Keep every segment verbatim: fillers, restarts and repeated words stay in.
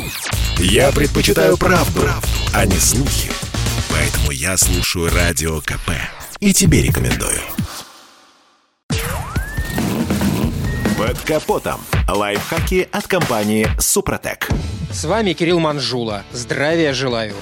Я предпочитаю правду, правду, а не слухи. Поэтому я слушаю Радио КП. И тебе рекомендую. Под капотом. Лайфхаки от компании «Супротек». С вами Кирилл Манжула. Здравия желаю.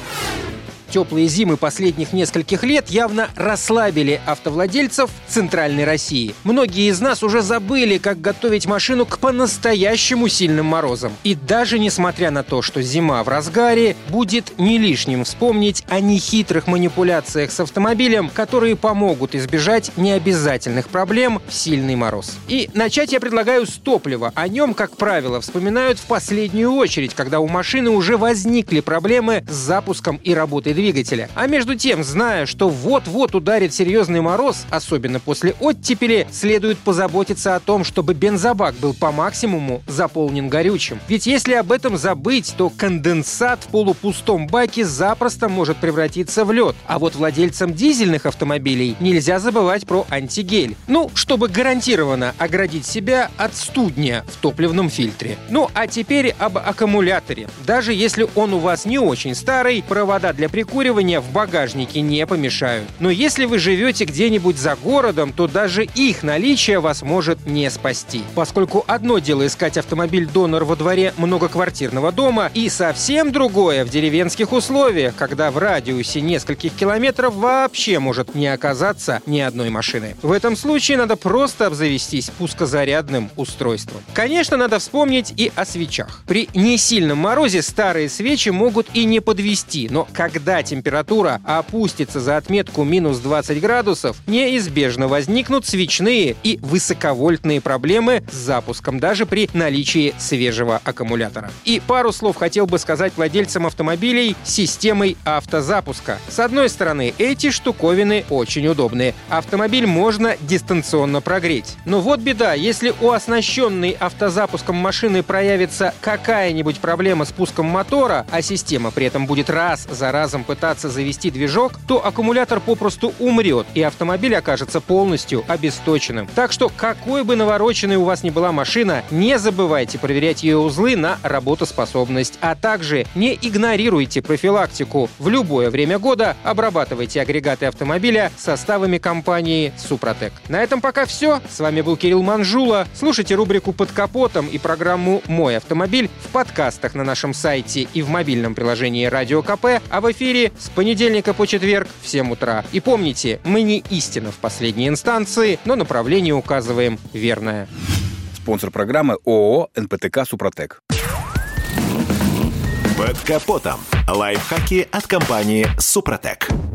Теплые зимы последних нескольких лет явно расслабили автовладельцев Центральной России. Многие из нас уже забыли, как готовить машину к по-настоящему сильным морозам. И даже несмотря на то, что зима в разгаре, будет не лишним вспомнить о нехитрых манипуляциях с автомобилем, которые помогут избежать необязательных проблем в сильный мороз. И начать я предлагаю с топлива. О нем, как правило, вспоминают в последнюю очередь, когда у машины уже возникли проблемы с запуском и работой двигателя. двигателя. А между тем, зная, что вот-вот ударит серьезный мороз, особенно после оттепели, следует позаботиться о том, чтобы бензобак был по максимуму заполнен горючим. Ведь если об этом забыть, то конденсат в полупустом баке запросто может превратиться в лед. А вот владельцам дизельных автомобилей нельзя забывать про антигель. Ну, чтобы гарантированно оградить себя от студня в топливном фильтре. Ну, а теперь об аккумуляторе. Даже если он у вас не очень старый, провода для прикуривания в багажнике не помешают. Но если вы живете где-нибудь за городом, то даже их наличие вас может не спасти. Поскольку одно дело искать автомобиль-донор во дворе многоквартирного дома, и совсем другое в деревенских условиях, когда в радиусе нескольких километров вообще может не оказаться ни одной машины. В этом случае надо просто обзавестись пускозарядным устройством. Конечно, надо вспомнить и о свечах. При несильном морозе старые свечи могут и не подвести, но когда температура опустится за отметку минус двадцать градусов, неизбежно возникнут свечные и высоковольтные проблемы с запуском даже при наличии свежего аккумулятора. И пару слов хотел бы сказать владельцам автомобилей с системой автозапуска. С одной стороны, эти штуковины очень удобные. Автомобиль можно дистанционно прогреть. Но вот беда, если у оснащенной автозапуском машины проявится какая-нибудь проблема с пуском мотора, а система при этом будет раз за разом пытаться завести движок, то аккумулятор попросту умрет, и автомобиль окажется полностью обесточенным. Так что, какой бы навороченной у вас ни была машина, не забывайте проверять ее узлы на работоспособность, а также не игнорируйте профилактику. В любое время года обрабатывайте агрегаты автомобиля составами компании «Супротек». На этом пока все. С вами был Кирилл Манжула. Слушайте рубрику «Под капотом» и программу «Мой автомобиль» в подкастах на нашем сайте и в мобильном приложении Радио КП, а в эфире с понедельника по четверг в семь утра. И помните, мы не истина в последней инстанции, но направление указываем верное. Спонсор программы ООО эн пэ тэ ка «Супротек». Под капотом. Лайфхаки от компании «Супротек».